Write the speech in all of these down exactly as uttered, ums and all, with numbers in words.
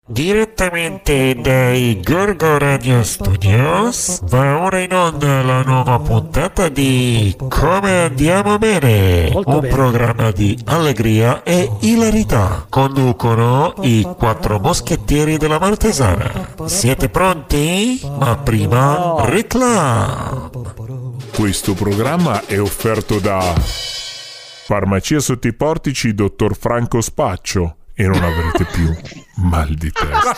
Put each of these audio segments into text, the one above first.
Direttamente dai Gorgo Radio Studios va ora in onda la nuova puntata di Come Andiamo Bene, Molto un bene. programma di allegria e ilarità. Conducono i quattro moschettieri della Martesana. Siete pronti? Ma prima reclam. Questo programma è offerto da Farmacia sotto i portici dottor Franco Spaccio e non avrete più mal di testa.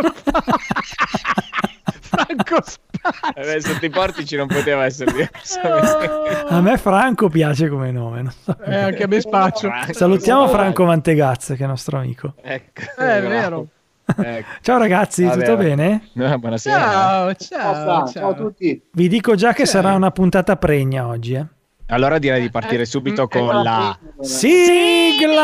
Franco Spaccio. Eh, sotto i portici non poteva essere diversamente. A me Franco piace come nome, non so. Eh, anche a me Spaccio. Salutiamo Franco Mantegazza, che è nostro amico. Ecco, Eh, è vero. Ecco. Ciao ragazzi, Vabbè, tutto vabbè. bene? No, buonasera. Ciao, ciao, Ciao, ciao. ciao a tutti. Vi dico già che Ciao. sarà una puntata pregna oggi, eh. Allora direi di partire subito Eh, con la Sigla!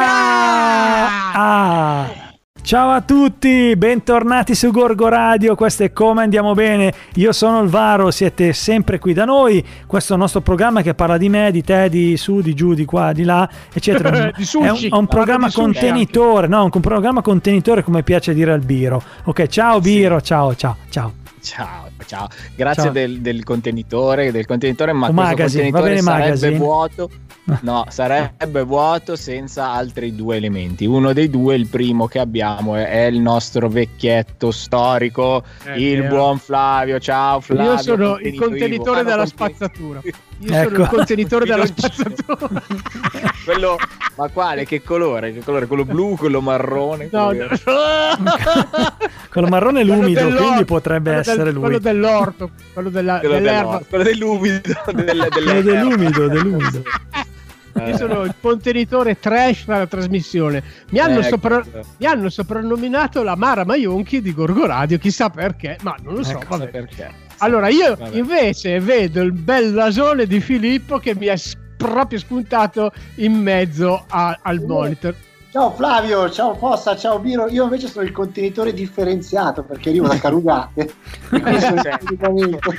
Ah! Ciao a tutti, bentornati su Gorgo Radio, questo è Come Andiamo Bene, io sono il Varo, siete sempre qui da noi, questo è il nostro programma che parla di me, di te, di su, di giù, di qua, di là, eccetera. Di È un, sushi. è un programma Parla di sushi contenitore, no, un programma contenitore come piace dire al Biro. Ok, ciao Biro, ciao, ciao, ciao. ciao, ciao. Grazie Ciao. Del, del contenitore, del contenitore, ma O questo magazine, va contenitore bene, sarebbe magazine. vuoto. No, sarebbe vuoto senza altri due elementi. Uno dei due, il primo che abbiamo, è, è il nostro vecchietto storico, È il vero. buon Flavio. Ciao Flavio. Io sono il contenitore contenitore Ah, no, della conten- spazzatura. Io Ecco. sono il contenitore della Biloncino. spazzatura. Quello, ma quale? Che colore? Che colore? Quello blu, quello marrone? No, quello- no. Quello marrone è Quello l'umido, dell'orto, quindi potrebbe quello essere del- lui. Quello dell'orto, quello della, quello dell'erba. dell'or- quello dell'umido. Del, Quello dell'erba. dell'umido, dell'umido. Io sono il contenitore trash della trasmissione. Mi hanno, Ecco. sopra- mi hanno soprannominato la Mara Maionchi di Gorgo Radio, chissà perché, ma non lo so. Ecco, vabbè. Perché? Allora, io Vabbè. invece vedo il bel nasone di Filippo che mi è s- proprio spuntato in mezzo a- al monitor. Ciao Flavio, ciao Fossa, ciao Biro. Io invece sono il contenitore differenziato perché arrivo da Carugate. E quindi sono Cioè. praticamente-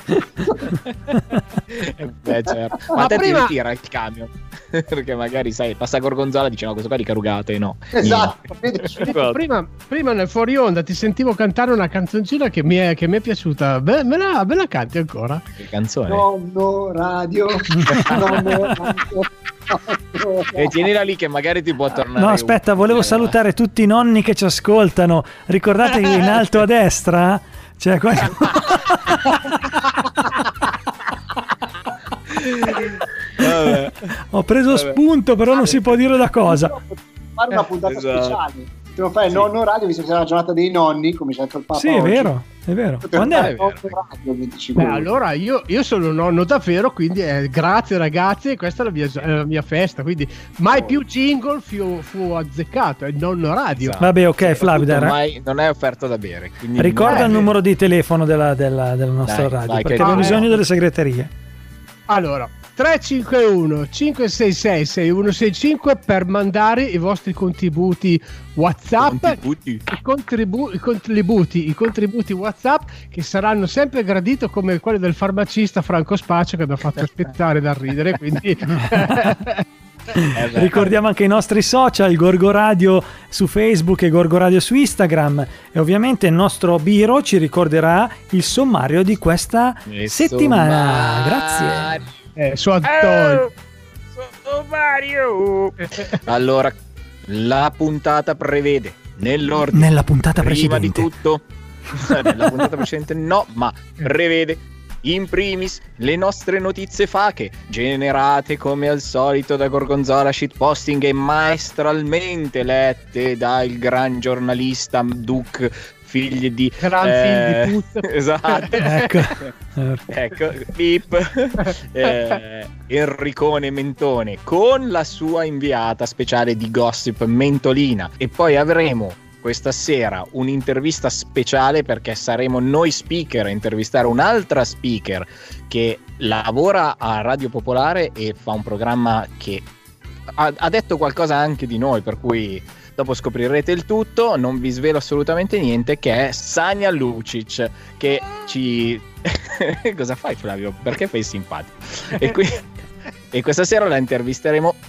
Beh, certo. Ma, Ma te prima- ti ritira il camion. Perché magari sai, passa Gorgonzola e dice no, questo qua è di Carugate, no. Esatto. vedi? Filippo, prima, prima nel fuori onda ti sentivo cantare una canzoncina che mi è, che mi è piaciuta. Beh, me, la, me la canti ancora? Che canzone. Nonno radio. Nonno radio. E tienila lì che magari ti può tornare. No, aspetta, utile. volevo salutare tutti i nonni che ci ascoltano. Ricordate che in alto a destra c'è qualcuno. Vabbè. Ho preso Vabbè. spunto, però non si può dire da cosa. Fare una puntata Esatto. speciale. Devo fare il nonno radio, visto che c'è la giornata dei nonni, come ci ha detto il Papa Sì, è oggi. vero, è vero. Potremmo Quando fare è? È vero. nonno radio il venticinque Beh, luglio. allora io, io sono un nonno davvero, quindi eh, grazie ragazzi, questa è la mia, è la mia festa, quindi mai più jingle fu, fu azzeccato, è il nonno radio. Esatto. Vabbè, ok, Flavio, dai, ra- Ormai non è offerto da bere. Quindi ricorda Eh, il numero di telefono della, della, della nostra Dai, radio, vai, perché che- abbiamo Ah, bisogno eh. delle segreterie. Allora, tre cinque uno cinque sei sei sei uno sei cinque per mandare i vostri contributi WhatsApp. Contributi. I, contribu- i contributi, i contributi WhatsApp che saranno sempre graditi come quelli del farmacista Franco Spaccio che mi ha fatto aspettare da ridere, quindi Eh beh. Ricordiamo anche i nostri social, Gorgo Radio su Facebook e Gorgo Radio su Instagram, e ovviamente il nostro Biro ci ricorderà il sommario di questa Il settimana. sommario. Grazie. eh, su Antonio. Sommario. Allora, la puntata prevede nell'ordine. Nella puntata Prima di precedente. tutto, nella puntata precedente no, ma prevede in primis le nostre notizie fache, generate come al solito da Gorgonzola Shitposting e maestralmente lette dal gran giornalista Duke, figli di Gran eh, figlio di puttana. esatto. Ecco. Ecco, beep. Eh, Enricone Mentone con la sua inviata speciale di gossip Mentolina, e poi avremo questa sera un'intervista speciale perché saremo noi speaker a intervistare un'altra speaker che lavora a Radio Popolare e fa un programma che ha, ha detto qualcosa anche di noi, per cui dopo scoprirete il tutto. Non vi svelo assolutamente niente, che è Sanja Lucic, che ci cosa fai Flavio? Perché fai simpatico? E, qui... e questa sera la intervisteremo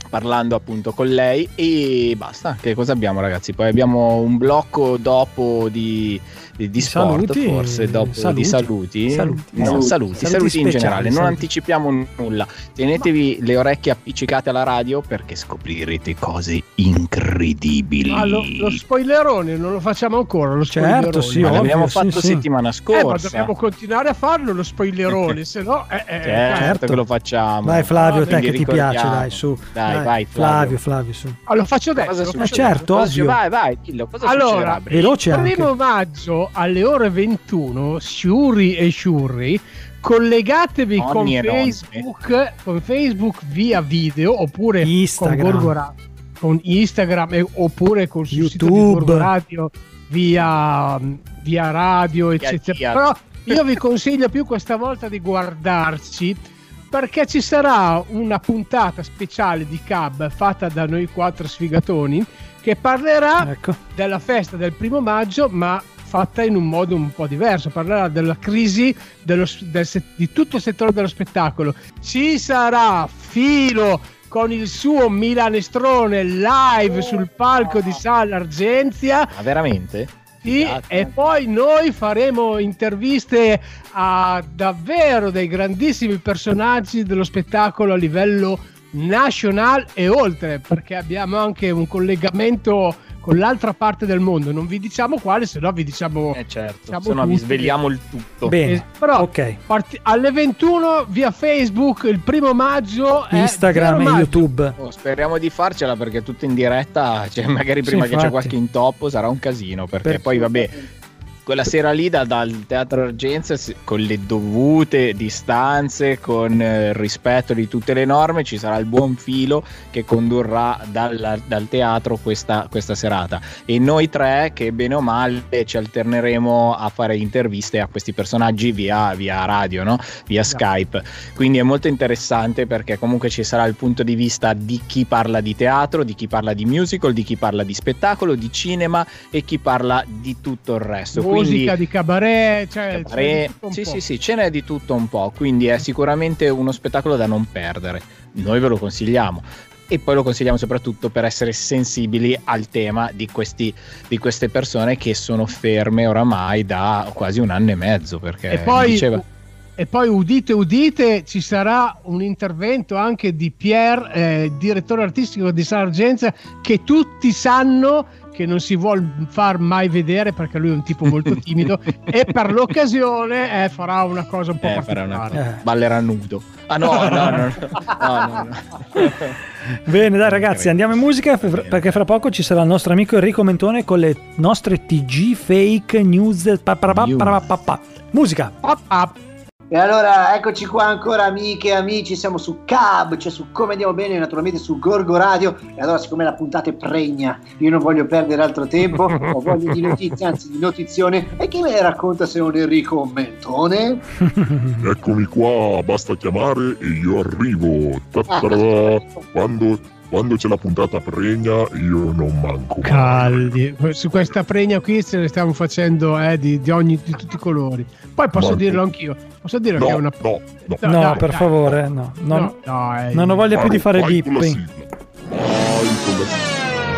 parlando appunto con lei, e basta. Che cosa abbiamo, ragazzi? Poi abbiamo un blocco dopo di, di, di sport, saluti, forse dopo saluti. di saluti. Saluti. No, Saluti. saluti, saluti, Saluti in speciali, generale. Non saluti. anticipiamo nulla. Tenetevi le orecchie appiccicate alla radio perché scoprirete cose incredibili. Ah, lo, lo spoilerone non lo facciamo ancora, lo Certo, spoilerone. sì, Ma ovvio, l'abbiamo sì, fatto sì. settimana Eh, scorsa. ma dobbiamo continuare a farlo lo spoilerone, se no eh, eh, Certo, Certo. che lo facciamo. Vai Flavio, te Quindi che ti ricordiamo. piace, dai, su. Dai, vai, Flavio, Flavio. Flavio, su. Ah, lo faccio adesso. Cosa lo succede? Eh, certo, Cosa succede? ovvio. Vai, vai, dillo. Cosa Allora, succederà? Veloce anche. primo maggio alle ore ventuno, Shuri e Shuri, collegatevi Nonni con e nonne. Facebook, con Facebook via video oppure Instagram. con Gorgora, con Instagram e- oppure col sul sito di YouTube. Gorgo Radio via, via radio, eccetera. via. Però io vi consiglio più questa volta di guardarci, perché ci sarà una puntata speciale di C A B fatta da noi quattro sfigatoni che parlerà Ecco. della festa del primo maggio, ma fatta in un modo un po' diverso. Parlerà della crisi dello, del se- di tutto il settore dello spettacolo. Ci sarà Filo con il suo Milanestrone live sul palco di Sala Argenzia. Ma veramente? Sì, Figata. e poi noi faremo interviste a davvero dei grandissimi personaggi dello spettacolo a livello nazionale e oltre, perché abbiamo anche un collegamento con l'altra parte del mondo. Non vi diciamo quale, se no vi diciamo Eh certo, siamo se no vi tutti- svegliamo il tutto. Bene, Eh, però ok. parti- alle ventuno via Facebook il primo maggio è Instagram zero e maggio. YouTube. Oh, speriamo di farcela, perché tutto in diretta, cioè magari prima Sì, che c'è infatti. qualche intoppo sarà un casino, perché Per- poi vabbè, quella sera lì da- dal Teatro Argenza, si- con le dovute distanze, con eh, il rispetto di tutte le norme, ci sarà il buon Filo che condurrà dal, dal teatro questa, questa serata, e noi tre che bene o male ci alterneremo a fare interviste a questi personaggi via, via radio, no? Via Skype. Quindi è molto interessante, perché comunque ci sarà il punto di vista di chi parla di teatro, di chi parla di musical, di chi parla di spettacolo, di cinema e chi parla di tutto il resto. Musica Quindi di cabaret, cioè, cabaret, c'è di tutto un sì, po'. sì, sì, ce n'è di tutto un po', quindi è sicuramente uno spettacolo da non perdere. Noi ve lo consigliamo. E poi lo consigliamo soprattutto per essere sensibili al tema di, questi, di queste persone che sono ferme oramai da quasi un anno e mezzo, perché E poi, diceva... e poi udite udite, ci sarà un intervento anche di Pierre, eh, direttore artistico di Sala Argenzia, che tutti sanno che non si vuol far mai vedere perché lui è un tipo molto timido, e per l'occasione eh, farà una cosa un po' Eh, farà una particolare. Eh. ballerà nudo. Ah no, no, no, no, no, no, no. Bene, dai ragazzi, andiamo in musica f- perché fra poco ci sarà il nostro amico Enrico Mentone con le nostre T G fake news. Pa- pa- pa- pa- pa- pa- Musica. Up, up. E allora eccoci qua ancora, amiche e amici, siamo su C A B, cioè su Come Andiamo Bene, naturalmente su Gorgo Radio. E allora, siccome la puntata è pregna, io non voglio perdere altro tempo, ho voglia di notizie, anzi di notizione. E chi me ne racconta se non Enrico Mentone? Eccomi qua, basta chiamare e io arrivo. Ta-ta-da. Quando, quando c'è la puntata pregna io non manco mai. Caldi, su questa pregna qui ce ne stiamo facendo eh, di, di, ogni, di tutti i colori. Poi posso Manco. dirlo anch'io, posso dire No, che è una... no, no. No, dai, per dai. favore, no. Non, No, dai. non ho voglia più di fare Vai con la beep. sigla. Vai con la sigla.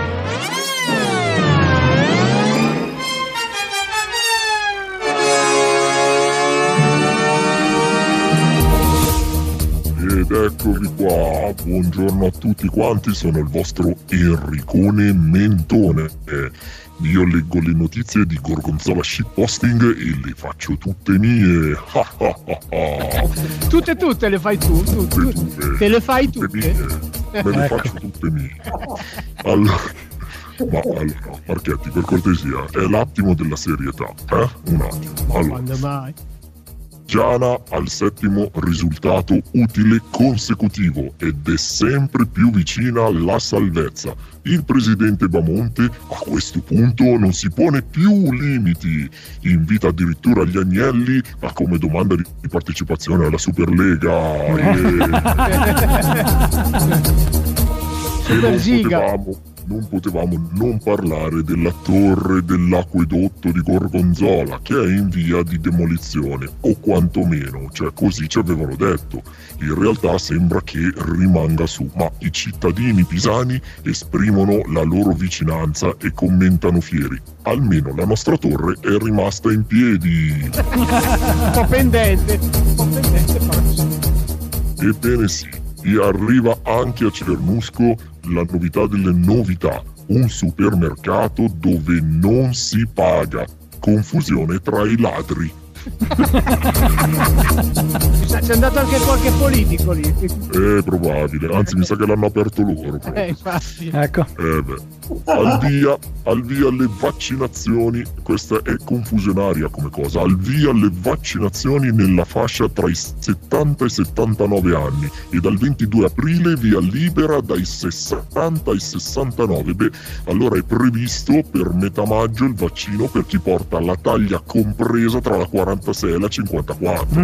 Ed eccovi qua, buongiorno a tutti quanti, sono il vostro Enricone Mentone. Eh, Io leggo le notizie di Gorgonzola Shitposting e le faccio tutte mie. Ah, ah, ah, ah. Tutte tutte le fai tu, tu, tu. Tutte, Te le fai tutte tutte. mie. Me le Ecco. faccio tutte mie. Allora, ma allora, Marchetti, per cortesia, è l'attimo della serietà, eh? Un attimo. Allora, Quando mai? Giana al settimo risultato utile consecutivo ed è sempre più vicina alla salvezza. Il presidente Bamonte a questo punto non si pone più limiti. Invita addirittura gli agnelli a come domanda di partecipazione alla Superlega. E... Se Super non giga. potevamo, non potevamo non parlare della torre dell'acquedotto di Gorgonzola, che è in via di demolizione, o quantomeno, cioè così ci avevano detto. In realtà sembra che rimanga su, ma i cittadini pisani esprimono la loro vicinanza e commentano fieri: almeno la nostra torre è rimasta in piedi. Un po' pendente, un po' pendente, però sì. Ebbene sì, e arriva anche a Cernusco la novità delle novità, un supermercato dove non si paga. Confusione tra i ladri. C'è andato anche qualche politico lì. È probabile, anzi mi sa che l'hanno aperto loro. Eh, infatti. Ecco. Eh beh. Al via, al via le vaccinazioni, questa è confusionaria come cosa, al via le vaccinazioni nella fascia tra i settanta e i settantanove anni e dal ventidue aprile via libera dai sessanta ai sessantanove. Beh, allora è previsto per metà maggio il vaccino per chi porta la taglia compresa tra la quarantasei e la cinquantaquattro.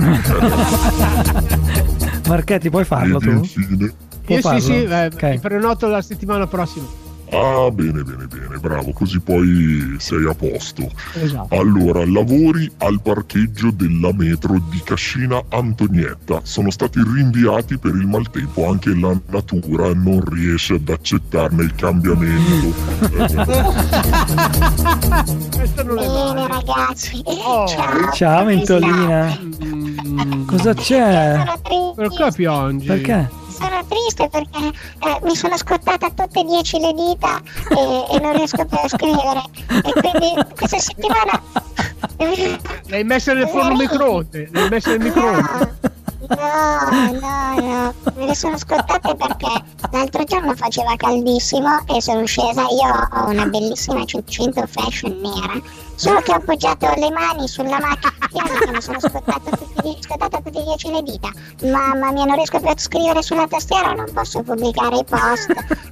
Marchetti, puoi farlo Ed tu? infine... Può Io farlo? sì, sì, eh, Ok. mi prenoto la settimana prossima. Ah, bene, bene, bene, bravo, così poi sei a posto. Esatto. Allora, lavori al parcheggio della metro di Cascina Antonietta sono stati rinviati per il maltempo, anche la natura non riesce ad accettarne il cambiamento. Questo non è Bene male. ragazzi, Oh. ciao. Ciao Mentolina. Mm, Cosa c'è? Sono triste, perché piangi? Perché? sono triste perché eh, mi sono scottata tutte e dieci le dita e, e non riesco più a scrivere. E quindi questa settimana... L'hai messa nel forno microonde? L'hai messa nel microonde? No, no, no, me le sono scottate perché l'altro giorno faceva caldissimo e sono scesa. Io ho una bellissima cinquecento fashion nera, solo che ho appoggiato le mani sulla macchina e mi sono scottata tutte, scottata tutte e dieci le dita. Mamma mia, non riesco più a scrivere sulla tastiera, non posso pubblicare i post.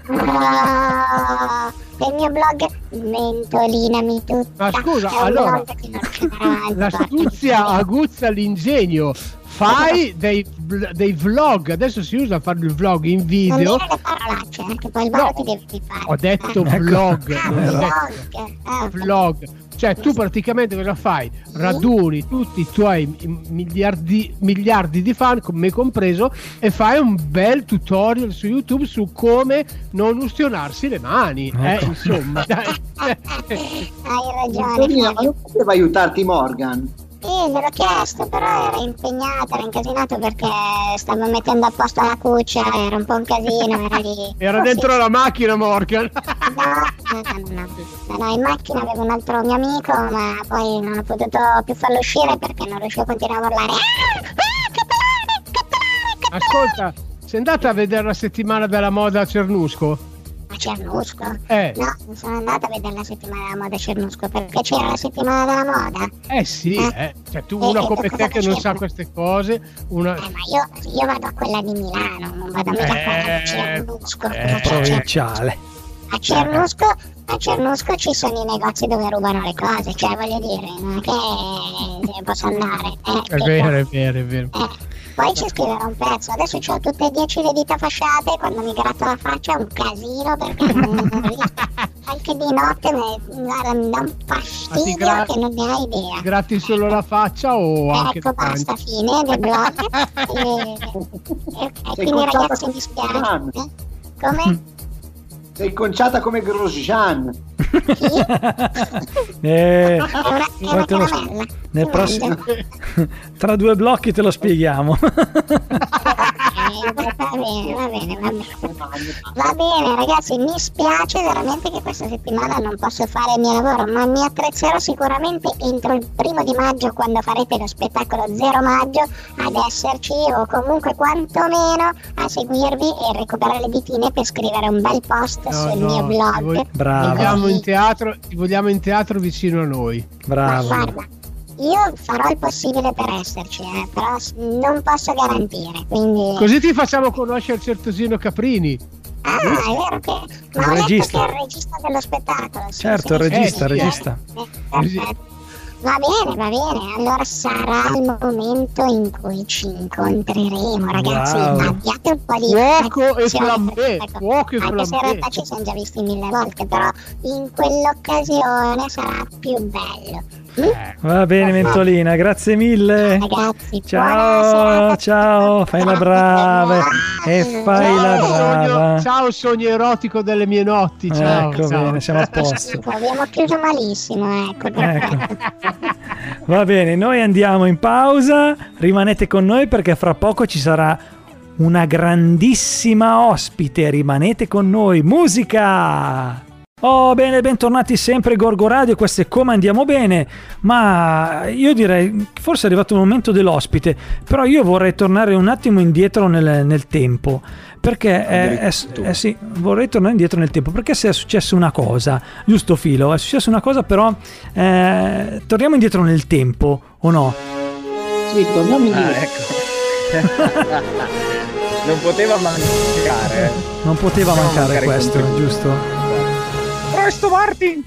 No, il mio blog Mentolinami tutta. Ma scusa, è un allora, blog che non ci andrà avanti, La guarda. stuzia aguzza l'ingegno. Fai dei, dei vlog, adesso si usa fare il vlog in Non video. dire le parolacce, anche poi il vlog No, ti devi fare. Ho detto Ecco. vlog, Ah, non ho detto vlog. Ah, vlog. Cioè tu praticamente cosa fai? Raduni tutti i tuoi miliardi, miliardi di fan, con me compreso, e fai un bel tutorial su YouTube su come non ustionarsi le mani. Eh, Ecco. insomma, dai. Hai ragione. Antonina, ma non poteva aiutarti Morgan? Sì, gliel'ho chiesto, però era impegnato, era incasinato perché stavo mettendo a posto la cuccia, era un po' un casino, era lì. Era Oh, dentro sì. la macchina, Morgan. No, no, no, no, no, no, in macchina avevo un altro mio amico, ma poi non ho potuto più farlo uscire perché non riuscivo a continuare a urlare. Ah, ah, Catalani, Catalani, Catalani. Ascolta, sei andata a vedere la settimana della moda a Cernusco? A Cernusco? Eh. No, non sono andata a vedere la settimana della moda a Cernusco perché c'era la settimana della moda. Eh sì, eh. Cioè tu, una come te che non sa queste cose, una... Eh, ma io, io vado a quella di Milano, non vado mica a quella di Cernusco. eh, Cosa c'è? Provinciale. A Cernusco, a Cernusco ci sono i negozi dove rubano le cose, cioè voglio dire, non è che se posso andare. Eh, È vero, è vero, è vero. Eh, poi ci scriverò un pezzo, adesso ho tutte e dieci le dita fasciate e quando mi gratto la faccia è un casino perché non, non riesco. Anche di notte mi, guarda, mi dà un Ma ti fastidio gra- che non ne hai idea. Gratti solo la faccia o anche Ecco, tanti? basta, fine del blog. e, e- e quindi conciata ragazzi come mi spiace. Grosjean. Eh? Come? Sei conciata come Grosjean. Eh, È una, è poi una te lo- caramella. nel Ti prossimo- mangio. tra due blocchi te lo spieghiamo. Eh, va bene, va bene, va bene. Va bene ragazzi, mi spiace veramente che questa settimana non posso fare il mio lavoro, ma mi attrezzerò sicuramente entro il primo di maggio, quando farete lo spettacolo zero maggio, ad esserci o comunque quantomeno a seguirvi e recuperare le ditine per scrivere un bel post No, sul no, mio ti blog. voglio- Bravo. Vogliamo in teatro, ti vogliamo in teatro vicino a noi. Ma Bravo. guarda, io farò il possibile per esserci, eh, però s- non posso garantire, quindi... Così ti facciamo conoscere Certosino Caprini. Ah, è vero che... Ma Il ho letto regista. che è il regista dello spettacolo. Sì, Certo, sì, il sì, regista, Eh, sì, regista. sì, perfetto. Va bene, va bene, allora sarà il momento in cui ci incontreremo, ragazzi. Wow. Abbiate un po' di Fuoco e attenzione, flambé, ecco, fuoco e anche se in flambé. realtà ci siamo già visti mille volte, però in quell'occasione sarà più bello. Mm? Va bene, Mentolina, grazie mille. Ragazzi, Ciao, ciao, fai la brava e fai la Ciao sogno, brava. ciao sogno erotico delle mie notti. Ciao, Ecco, ciao. bene, siamo a posto. Abbiamo chiuso malissimo, ecco. Ecco. Va bene, noi andiamo in pausa, rimanete con noi perché fra poco ci sarà una grandissima ospite, rimanete con noi, musica! Oh, bene, bentornati sempre a Gorgo Radio, questo è Come Andiamo Bene, ma io direi, forse è arrivato il momento dell'ospite, però io vorrei tornare un attimo indietro nel, nel tempo, perché è, è, è, sì, vorrei tornare indietro nel tempo, perché se è successa una cosa, giusto Filo, è successa una cosa però, eh, torniamo indietro nel tempo, o no? Sì, torniamo indietro. Ah, ecco. Non poteva mancare. Non poteva Poteva mancare mancare questo, il giusto? Presto Martin!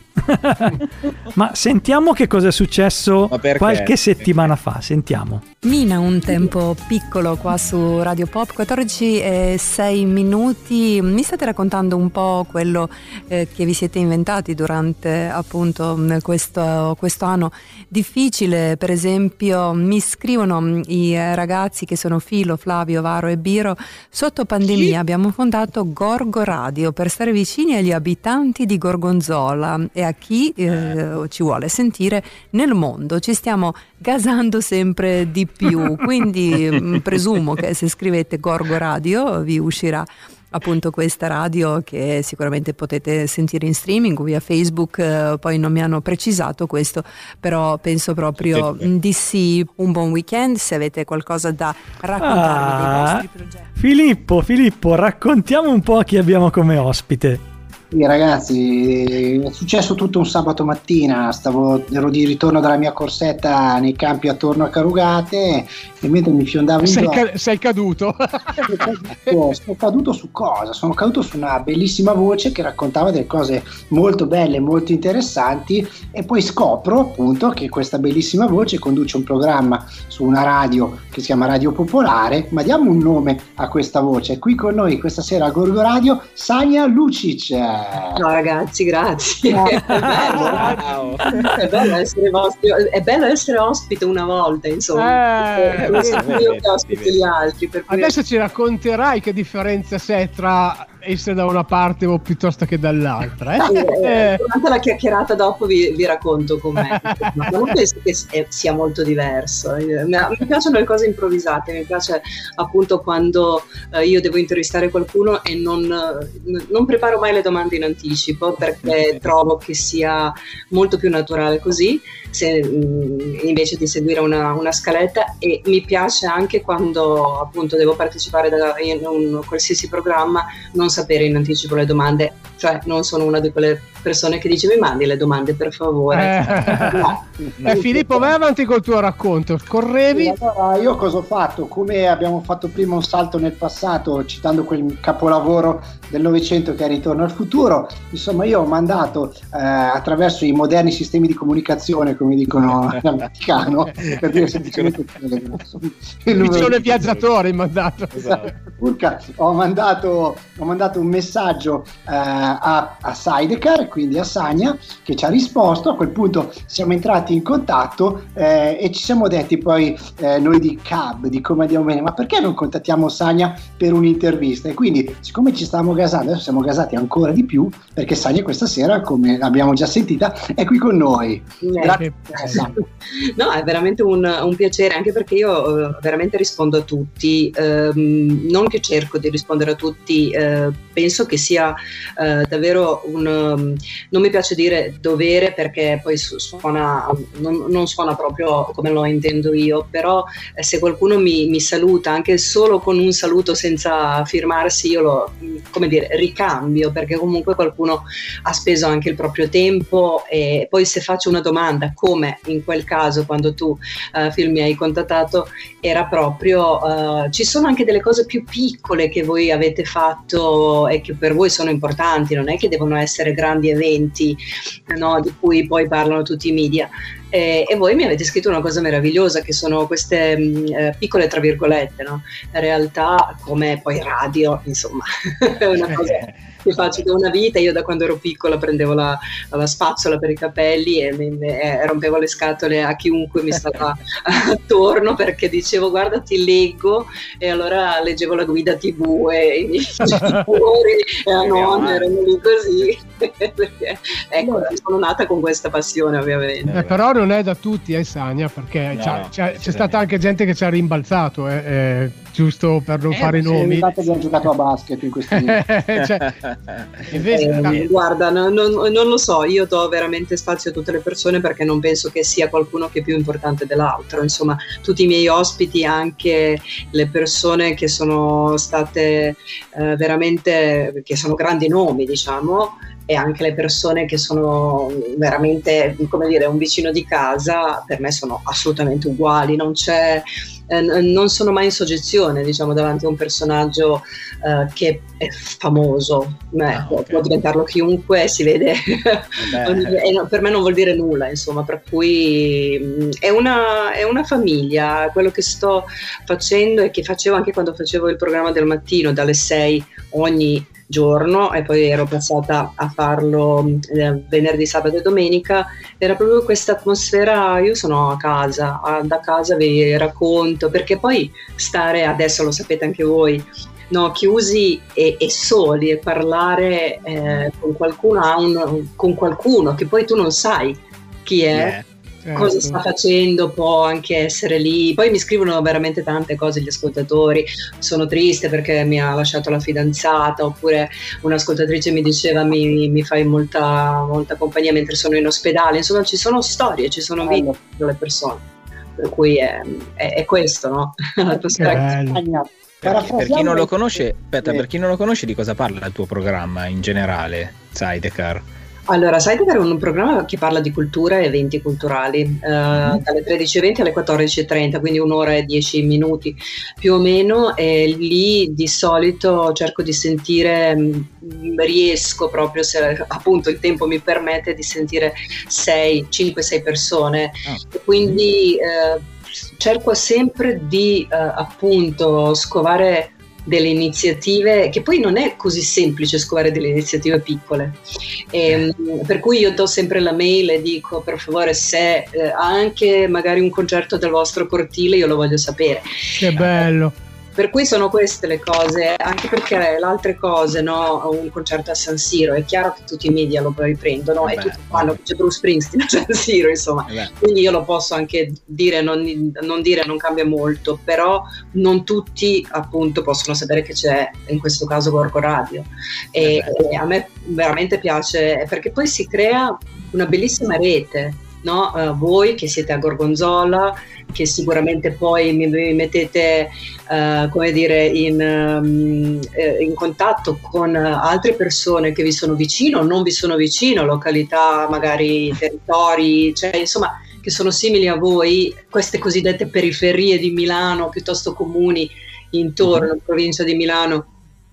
Ma sentiamo che cosa è successo Ma perché? qualche settimana fa, sentiamo. Mina, un tempo piccolo qua su Radio Pop, quattordici e sei minuti. Mi state raccontando un po' quello eh, che vi siete inventati durante appunto questo, questo anno difficile. Per esempio mi scrivono i ragazzi che sono Filo, Flavio, Varo e Biro: sotto pandemia abbiamo fondato Gorgo Radio per stare vicini agli abitanti di Gorgonzola e a chi eh, ci vuole sentire nel mondo. Ci stiamo gasando sempre di più, quindi mh, presumo che se scrivete Gorgo Radio vi uscirà appunto questa radio che sicuramente potete sentire in streaming o via Facebook, eh, poi non mi hanno precisato questo, però penso proprio Sì. di sì. Un buon weekend, se avete qualcosa da raccontarmi dei Ah, vostri progetti. Filippo, Filippo, raccontiamo un po' chi abbiamo come ospite. Sì, ragazzi, è successo tutto un sabato mattina, stavo, ero di ritorno dalla mia corsetta nei campi attorno a Carugate e mentre mi fiondavo in Sei, gioco, ca- sei caduto. sono caduto, sono caduto su cosa? Sono caduto su una bellissima voce che raccontava delle cose molto belle, molto interessanti, e poi scopro appunto che questa bellissima voce conduce un programma su una radio che si chiama Radio Popolare. Ma diamo un nome a questa voce. Qui con noi questa sera a Gorgo Radio Sania Lucic. No ragazzi, grazie. No. È bello. Wow. È bello essere vostri, è bello essere ospite una volta, insomma. Eh, non so vedi, io vedi, che ospito vedi. gli altri. Per cui Adesso ci racconterai che differenza c'è tra essere da una parte o piuttosto che dall'altra. Eh? Eh, Eh, durante la chiacchierata dopo vi, vi racconto com'è. Ma non penso che s- sia molto diverso. Eh, Mi, mi piacciono le cose improvvisate, mi piace appunto quando eh, io devo intervistare qualcuno e non, eh, non preparo mai le domande in anticipo, perché trovo che sia molto più naturale così, se, mh, invece di seguire una, una scaletta. E mi piace anche quando appunto devo partecipare da, in un qualsiasi programma non sapere in anticipo le domande, cioè non sono una di quelle persone che dice mi mandi le domande per favore. Eh. No. eh, Filippo, vai avanti col tuo racconto. Correvi. Allora, io cosa ho fatto? Come abbiamo fatto prima un salto nel passato, citando quel capolavoro del Novecento che è Ritorno al futuro, insomma io ho mandato eh, attraverso i moderni sistemi di comunicazione, come dicono in americano, per dire semplicemente il numero Piccione di- viaggiatore in mandato. Esatto. Urca, ho mandato, ho mandato un messaggio eh, a, a Sidecar, quindi a Sania, che ci ha risposto. A quel punto siamo entrati in contatto eh, e ci siamo detti poi eh, noi di C A B, di Come Andiamo Bene, ma perché non contattiamo Sania per un'intervista? E quindi, siccome ci stavamo gasando, adesso siamo gasati ancora di più, perché Sania questa sera, come l'abbiamo già sentita, è qui con noi. Eh, Grazie. che Sania. No, è veramente un, un piacere, anche perché io eh, veramente rispondo a tutti, ehm, non che cerco di rispondere a tutti, eh, penso che sia eh, davvero un, um, non mi piace dire dovere, perché poi su- suona, non, non suona proprio come lo intendo io, però eh, se qualcuno mi, mi saluta, anche solo con un saluto senza firmarsi, io lo, come dire, ricambio, perché comunque qualcuno ha speso anche il proprio tempo. E poi se faccio una domanda, come in quel caso quando tu uh, Phil mi hai contattato, era proprio uh, ci sono anche delle cose più piccole che voi avete fatto e che per voi sono importanti, non è che devono essere grandi eventi, no, di cui poi parlano tutti i media. E, e voi mi avete scritto una cosa meravigliosa, che sono queste mh, eh, piccole tra virgolette, no? Realtà come poi radio, insomma, è una cosa che faccio da una vita. Io da quando ero piccola prendevo la, la spazzola per i capelli e, mi, e rompevo le scatole a chiunque mi stava attorno, perché dicevo guarda ti leggo, e allora leggevo la guida tivù e i miei genitori e la nonna erano lì così. Perché, ecco, sono nata con questa passione ovviamente. Eh, però non è da tutti, eh, Sania, perché no, c'è, no, c'è, c'è stata anche gente che ci ha rimbalzato, eh, eh, giusto per non eh, fare nomi. Infatti abbiamo giocato a basket in questi cioè, invece, eh, guarda, no, no, non lo so, io do veramente spazio a tutte le persone, perché non penso che sia qualcuno che è più importante dell'altro. Insomma, tutti i miei ospiti, anche le persone che sono state eh, veramente, che sono grandi nomi, diciamo, e anche le persone che sono veramente, come dire, un vicino di casa, per me sono assolutamente uguali. Non c'è, eh, non sono mai in soggezione, diciamo, davanti a un personaggio eh, che è famoso. Beh, ah, okay. Può diventarlo chiunque, si vede. E no, per me non vuol dire nulla, insomma, per cui mh, è una, è una famiglia. Quello che sto facendo e che facevo anche quando facevo il programma del mattino dalle sei ogni giorno, e poi ero passata a farlo eh, venerdì, sabato e domenica, era proprio questa atmosfera. Io sono a casa, a, da casa vi racconto, perché poi stare, adesso lo sapete anche voi, no, chiusi e, e soli, e parlare eh, con qualcuno, a un, con qualcuno che poi tu non sai chi è, yeah. Certo. Cosa sta facendo, può anche essere lì. Poi mi scrivono veramente tante cose gli ascoltatori, sono triste perché mi ha lasciato la fidanzata, oppure un'ascoltatrice mi diceva mi, mi fai molta, molta compagnia mentre sono in ospedale. Insomma, ci sono storie, ci sono vite delle persone, per cui è, è, è questo, no? Per, per chi non lo conosce, aspetta, per chi non lo conosce, di cosa parla il tuo programma in generale, Sidecar? Allora, Sidecar è un programma che parla di cultura e eventi culturali, eh, mm. dalle tredici e venti alle quattordici e trenta, quindi un'ora e dieci minuti più o meno, e lì di solito cerco di sentire, riesco proprio, se appunto il tempo mi permette, di sentire sei, cinque sei persone, oh. e quindi eh, cerco sempre di eh, appunto scovare delle iniziative, che poi non è così semplice scovare delle iniziative piccole, e, per cui io do sempre la mail e dico per favore se eh, anche magari un concerto del vostro cortile, io lo voglio sapere. Che bello. Per cui sono queste le cose, anche perché le altre cose, no, un concerto a San Siro, è chiaro che tutti i media lo riprendono, Vabbè, e tutti fanno che c'è Bruce Springsteen a San Siro, insomma. Vabbè. Quindi io lo posso anche dire, non, non dire, non cambia molto, però non tutti appunto possono sapere che c'è, in questo caso, Gorgo Radio, e, e a me veramente piace, perché poi si crea una bellissima rete, no? Uh, voi che siete a Gorgonzola, che sicuramente poi mi, mi mettete uh, come dire in, um, eh, in contatto con altre persone che vi sono vicino, non vi sono vicino, località, magari territori, cioè insomma che sono simili a voi, queste cosiddette periferie di Milano, piuttosto comuni intorno, mm-hmm. provincia di Milano.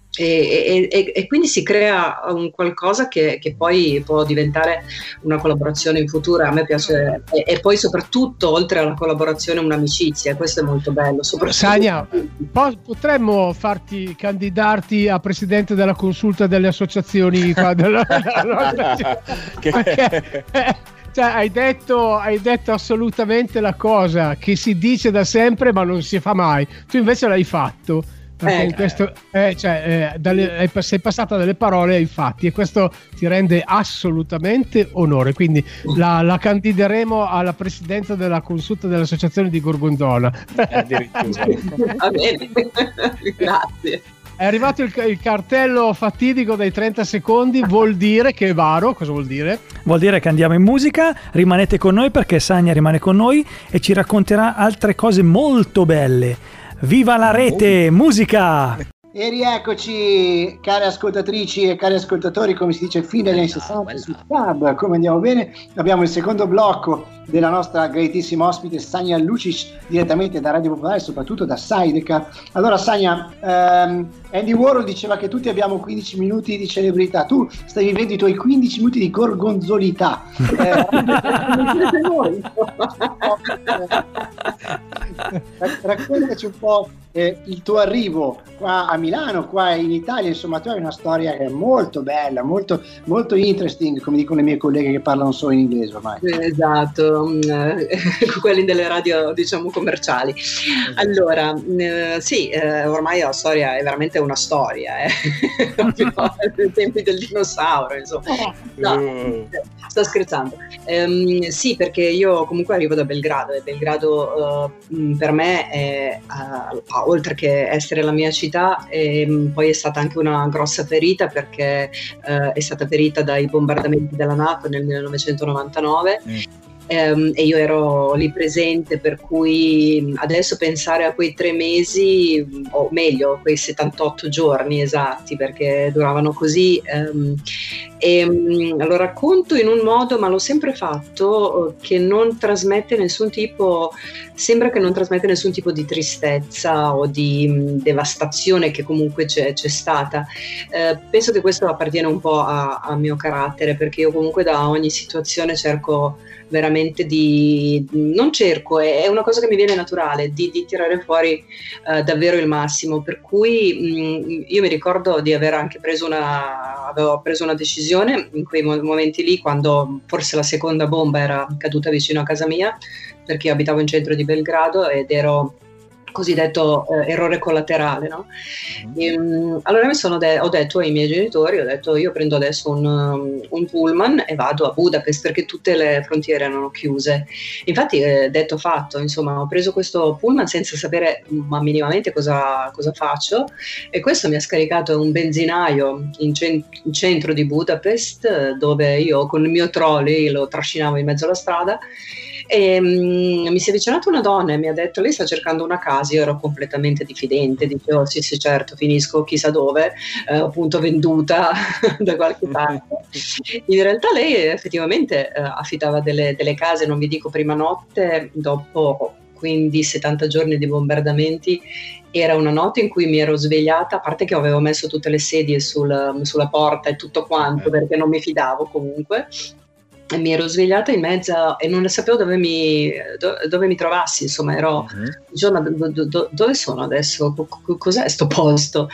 E, e, e quindi si crea un qualcosa che, che poi può diventare una collaborazione in futuro. A me piace, e, e poi soprattutto oltre alla collaborazione un'amicizia, questo è molto bello. Sania, po- potremmo farti candidarti a presidente della consulta delle associazioni qua della, della perché, eh, cioè, hai detto, hai detto assolutamente la cosa che si dice da sempre ma non si fa mai, tu invece l'hai fatto. Perché eh, in questo, eh, cioè, eh, dalle, sei passata dalle parole ai fatti, e questo ti rende assolutamente onore. Quindi la, la candideremo alla presidenza della consulta dell'associazione di Gorgonzola. Va bene, grazie. È arrivato il, il cartello fatidico dei trenta secondi, vuol dire che Varo, cosa vuol dire? Vuol dire che andiamo in musica, rimanete con noi perché Sania rimane con noi e ci racconterà altre cose molto belle. Viva la rete, musica! E rieccoci, care ascoltatrici e cari ascoltatori, come si dice, fine degli anni sessanta su Cab, come andiamo bene. Abbiamo il secondo blocco della nostra greatissima ospite Sanja Lucic, direttamente da Radio Popolare e soprattutto da Sidecar. Allora Sanja, ehm, Andy Warhol diceva che tutti abbiamo quindici minuti di celebrità, tu stai vivendo i tuoi quindici minuti di gorgonzolità. Eh, raccontaci un po' eh, il tuo arrivo qua a Milano, qua in Italia. Insomma, tu hai una storia che è molto bella, molto, molto interesting, come dicono le mie colleghe che parlano solo in inglese ormai. Esatto, quelli delle radio, diciamo, commerciali. Allora, eh, sì, eh, ormai la storia è veramente una storia, eh. Ai tempi del dinosauro, insomma. No, sto scherzando. Um, sì, perché io comunque arrivo da Belgrado e Belgrado uh, per me è, uh, oltre che essere la mia città, è, poi è stata anche una grossa ferita, perché uh, è stata ferita dai bombardamenti della NATO nel millenovecentonovantanove. Mm. Um, e io ero lì presente, per cui adesso pensare a quei tre mesi, o meglio quei settantotto giorni esatti, perché duravano così, um, e um, lo racconto in un modo, ma l'ho sempre fatto, che non trasmette nessun tipo, sembra che non trasmette nessun tipo di tristezza o di um, devastazione, che comunque c'è, c'è stata. Uh, penso che questo appartiene un po' al mio carattere, perché io comunque da ogni situazione cerco veramente di, non cerco, è una cosa che mi viene naturale, di, di tirare fuori uh, davvero il massimo, per cui mh, io mi ricordo di aver anche preso una, avevo preso una decisione in quei momenti lì, quando forse la seconda bomba era caduta vicino a casa mia, perché io abitavo in centro di Belgrado ed ero cosiddetto eh, errore collaterale, no? E, um, allora mi sono de- ho detto ai miei genitori, ho detto io prendo adesso un, um, un pullman e vado a Budapest, perché tutte le frontiere erano chiuse. Infatti eh, detto fatto, insomma, ho preso questo pullman senza sapere ma minimamente cosa, cosa faccio, e questo mi ha scaricato un benzinaio in, cen- in centro di Budapest, dove io con il mio trolley lo trascinavo in mezzo alla strada. E um, mi si è avvicinata una donna e mi ha detto: lei sta cercando una casa? Io ero completamente diffidente, dicevo sì sì certo, finisco chissà dove, eh, appunto venduta da qualche parte. In realtà lei effettivamente eh, affittava delle, delle case, non vi dico prima notte, dopo quindi settanta giorni di bombardamenti. Era una notte in cui mi ero svegliata, a parte che avevo messo tutte le sedie sul, sulla porta e tutto quanto, perché non mi fidavo comunque. E mi ero svegliata in mezzo e non sapevo dove mi, do, dove mi trovassi, insomma ero, uh-huh. Dicevo, ma do, do, do, dove sono adesso? Cos'è sto posto?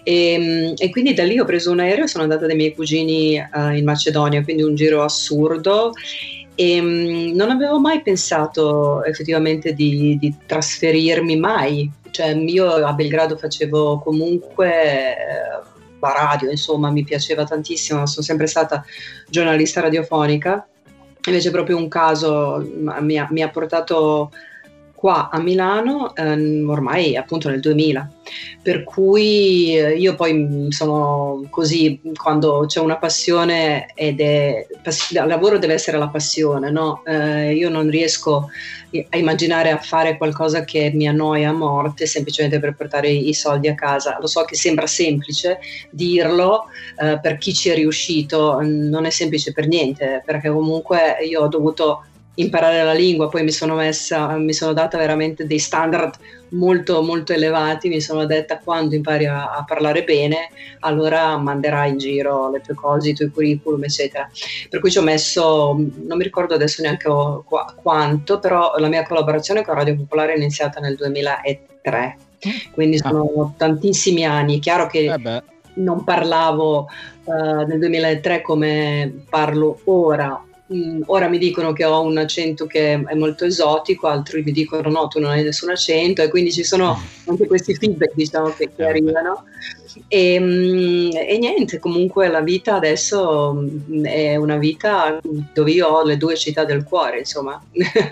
E, e quindi da lì ho preso un aereo e sono andata dai miei cugini uh, in Macedonia, quindi un giro assurdo. E um, non avevo mai pensato effettivamente di, di trasferirmi mai, cioè io a Belgrado facevo comunque eh, la radio, insomma mi piaceva tantissimo, sono sempre stata giornalista radiofonica, invece proprio un caso mi ha, mi ha portato qua a Milano ehm, ormai appunto nel duemila, per cui eh, io poi sono così, quando c'è una passione ed è pass- il lavoro deve essere la passione, no? Eh, io non riesco a immaginare a fare qualcosa che mi annoia a morte semplicemente per portare i soldi a casa. Lo so che sembra semplice dirlo, eh, per chi ci è riuscito non è semplice per niente, perché comunque io ho dovuto imparare la lingua, poi mi sono messa, mi sono data veramente dei standard molto molto elevati, mi sono detta: quando impari a, a parlare bene allora manderai in giro le tue cose, i tuoi curriculum eccetera, per cui ci ho messo, non mi ricordo adesso neanche ho, qua, quanto, però la mia collaborazione con Radio Popolare è iniziata nel duemilatré, quindi sono ah. tantissimi anni. È chiaro che eh non parlavo uh, nel duemilatré come parlo ora. Mm, ora mi dicono che ho un accento che è molto esotico, altri mi dicono no, tu non hai nessun accento, e quindi ci sono anche questi feedback, diciamo, che, che arrivano. E, mm, e niente, comunque la vita adesso mm, è una vita dove io ho le due città del cuore, insomma,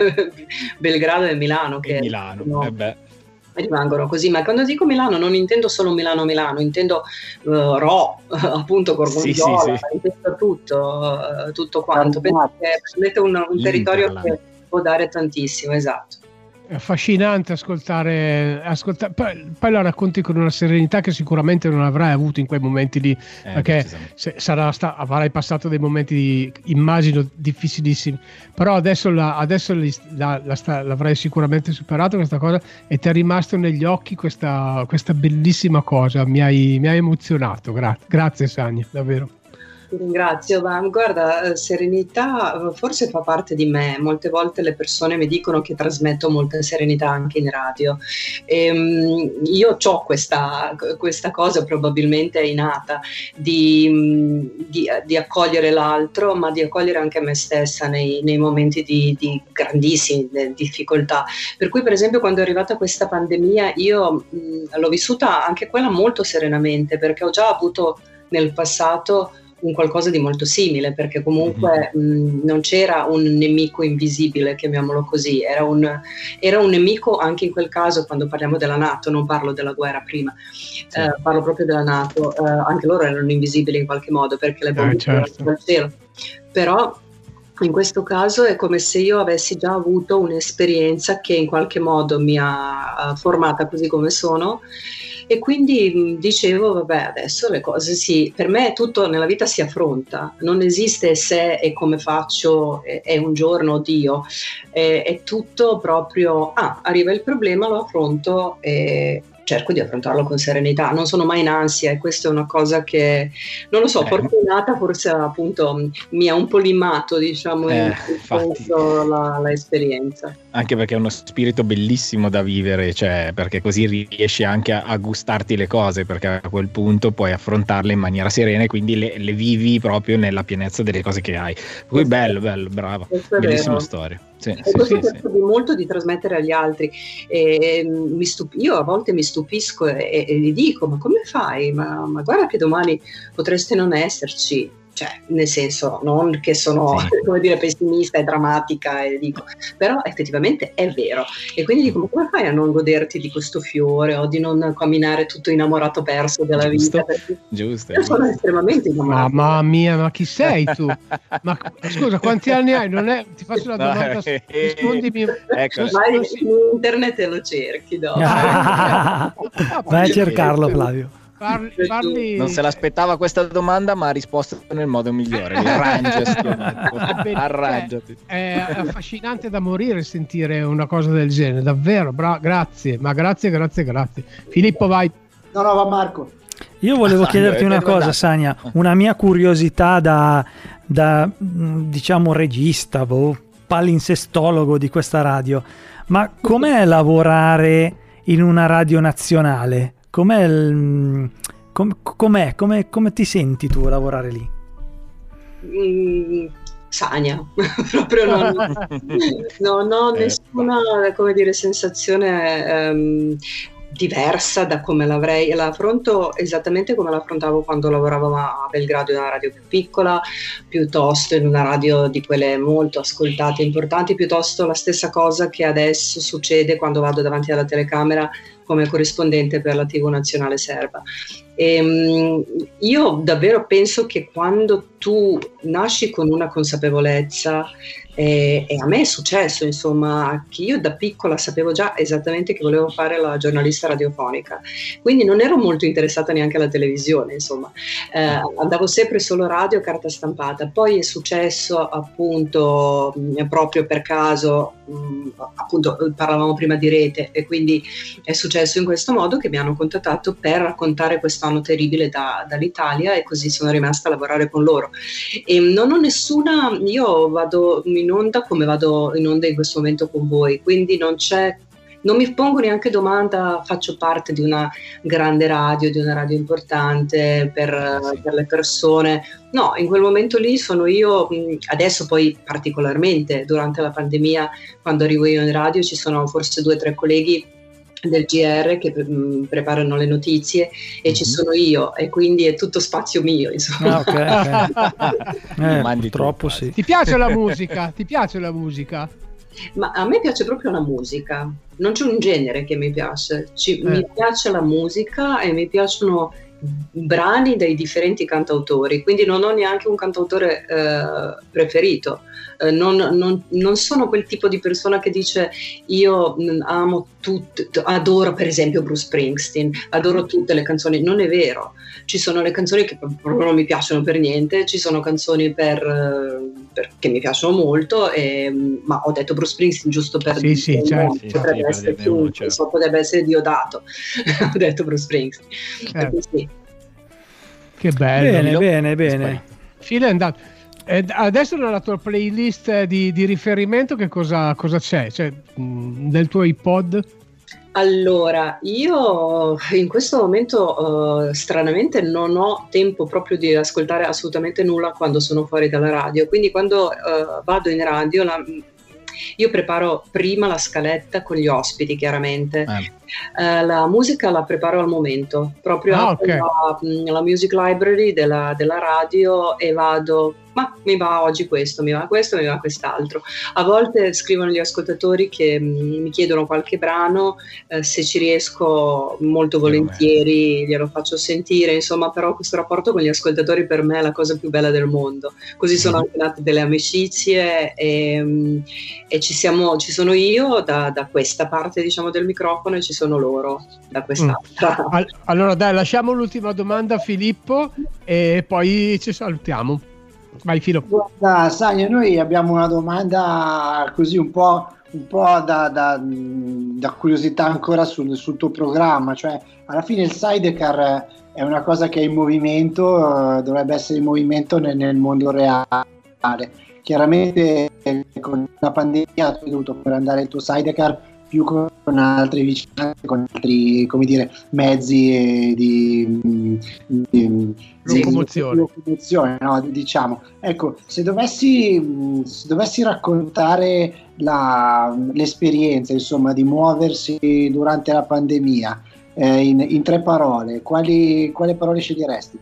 Belgrado e Milano. Che e Milano, no, eh beh. rimangono così, ma quando dico Milano non intendo solo Milano Milano, intendo uh, Ro, appunto Gorgonzola, sì, sì, sì. intendo tutto, uh, tutto quanto, penso che è un, un territorio che può dare tantissimo, esatto. È affascinante ascoltare, ascoltare poi, poi la racconti con una serenità che sicuramente non avrai avuto in quei momenti lì, eh, perché se, sarà sta, avrai passato dei momenti di, immagino difficilissimi, però adesso, la, adesso li, la, la sta, l'avrai sicuramente superato questa cosa e ti è rimasto negli occhi questa, questa bellissima cosa, mi hai, mi hai emozionato, Gra- grazie Sania, davvero. Ti ringrazio, ma guarda, serenità forse fa parte di me. Molte volte le persone mi dicono che trasmetto molta serenità anche in radio. E, io ho questa, questa cosa probabilmente innata di, di, di accogliere l'altro, ma di accogliere anche me stessa nei, nei momenti di, di grandissime difficoltà. Per cui per esempio quando è arrivata questa pandemia io mh, l'ho vissuta anche quella molto serenamente, perché ho già avuto nel passato un qualcosa di molto simile, perché comunque mh, non c'era un nemico invisibile, chiamiamolo così, era un, era un nemico anche in quel caso. Quando parliamo della NATO, non parlo della guerra prima, sì. eh, parlo proprio della NATO, eh, anche loro erano invisibili in qualche modo perché le bombe eh, certo. erano dal cielo, però in questo caso è come se io avessi già avuto un'esperienza che in qualche modo mi ha formata così come sono. E quindi dicevo, vabbè, adesso le cose si, per me tutto nella vita si affronta, non esiste se e come faccio e, e un giorno, oddio, è, è tutto proprio, ah, arriva il problema, lo affronto e cerco di affrontarlo con serenità, non sono mai in ansia, e questa è una cosa che, non lo so, eh. fortunata, forse appunto mi ha un po' limato, diciamo, eh, in senso la, la esperienza. Anche perché è uno spirito bellissimo da vivere, cioè perché così riesci anche a, a gustarti le cose, perché a quel punto puoi affrontarle in maniera serena e quindi le, le vivi proprio nella pienezza delle cose che hai. Per cui bello, bello, bravo, bellissima storia. Sì, e sì, questo sì, cerco sì. di molto di trasmettere agli altri. E, mi stup- io a volte mi stupisco e, e gli dico: ma come fai? Ma, ma guarda che domani potreste non esserci. Cioè, nel senso, non che sono, sì. come dire, pessimista e drammatica, e dico, però effettivamente è vero. E quindi dico, ma come fai a non goderti di questo fiore o di non camminare tutto innamorato perso della giusto, vita? Perché giusto. Io sono estremamente innamorato. Mamma mia, ma chi sei tu? Ma scusa, quanti anni hai? Non è, ti faccio una domanda, no, eh, rispondimi. Ecco. Vai non in internet e lo cerchi dopo. Vai a cercarlo, Flavio. Parli, parli... Non se l'aspettava questa domanda, ma ha risposto nel modo migliore. Arrangiati. È affascinante da morire sentire una cosa del genere, davvero. Bra- grazie, ma grazie, grazie, grazie. Filippo, vai. No, no, va Marco. Io volevo chiederti una cosa, Sania, una mia curiosità da, da diciamo regista, boh, palinsestologo di questa radio. Ma com'è lavorare in una radio nazionale? Com'è, il, com, com'è come, come ti senti tu a lavorare lì? Mm, Sania, proprio non, non ho nessuna, come dire, sensazione um, diversa da come l'avrei, la affronto esattamente come l'affrontavo quando lavoravo a Belgrado in una radio più piccola, piuttosto in una radio di quelle molto ascoltate, importanti, piuttosto la stessa cosa che adesso succede quando vado davanti alla telecamera come corrispondente per la tivù nazionale serba. E, um, io davvero penso che quando tu nasci con una consapevolezza, e, e a me è successo, insomma, che io da piccola sapevo già esattamente che volevo fare la giornalista radiofonica, quindi non ero molto interessata neanche alla televisione, insomma, eh, andavo sempre solo radio, carta stampata. Poi è successo appunto mh, proprio per caso, mh, appunto parlavamo prima di rete, e quindi è successo in questo modo che mi hanno contattato per raccontare quest'anno terribile da, dall'Italia, e così sono rimasta a lavorare con loro. E non ho nessuna, io vado in onda come vado in onda in questo momento con voi, quindi non c'è, non mi pongo neanche domanda, faccio parte di una grande radio, di una radio importante per, sì. per le persone. No, in quel momento lì sono io, adesso poi particolarmente durante la pandemia, quando arrivo io in radio ci sono forse due o tre colleghi del G R che mh, preparano le notizie, e mm-hmm. ci sono io, e quindi è tutto spazio mio, insomma. Ah, okay, okay. eh, troppo sì. Ti piace la musica? Ti piace la musica? Ma a me piace proprio la musica, non c'è un genere che mi piace, Ci, eh. mi piace la musica e mi piacciono brani dai differenti cantautori, quindi non ho neanche un cantautore eh, preferito. eh, non, non, non sono quel tipo di persona che dice io mh, amo tutte, adoro per esempio Bruce Springsteen, adoro tutte le canzoni. Non è vero, ci sono le canzoni che proprio non mi piacciono per niente, ci sono canzoni per, per, che mi piacciono molto, e, ma ho detto Bruce Springsteen giusto per sì, sì, certo. sì, potrebbe, sì, essere per più, uno, certo. so, potrebbe essere diodato. Ho detto Bruce Springsteen, Certo. sì. Che bello. Bene, Io- bene, bene. Filo è andato. Eh, adesso nella tua playlist di, di riferimento che cosa, cosa c'è? Cioè, mh, del tuo iPod? Allora, io in questo momento uh, stranamente non ho tempo proprio di ascoltare assolutamente nulla quando sono fuori dalla radio, quindi quando uh, vado in radio la, io preparo prima la scaletta con gli ospiti, chiaramente. Eh. Uh, la musica la preparo al momento, proprio Ah, apro ok. la, la music library della, della radio e vado, ma mi va oggi questo, mi va questo, mi va quest'altro. A volte scrivono gli ascoltatori che mh, mi chiedono qualche brano, eh, se ci riesco molto volentieri glielo faccio sentire, insomma, però questo rapporto con gli ascoltatori per me è la cosa più bella del mondo. Così sono anche nate delle amicizie e, mh, e ci siamo, ci sono io da, da questa parte, diciamo, del microfono, e ci sono loro da quest'altra. All- allora dai, lasciamo l'ultima domanda a Filippo e poi ci salutiamo. Vai Filo. Guarda, Sania, noi abbiamo una domanda così un po', un po' da, da, da curiosità ancora sul, sul tuo programma, cioè alla fine il sidecar è una cosa che è in movimento, eh, dovrebbe essere in movimento nel, nel mondo reale. Chiaramente con la pandemia tu hai dovuto per andare il tuo sidecar più con altre vicinanze, con altri, come dire, mezzi di, di, di Locomozione. di locomozione, no? Diciamo. Ecco, se dovessi, se dovessi raccontare la, l'esperienza, insomma, di muoversi durante la pandemia eh, in, in tre parole, quali, quali parole sceglieresti?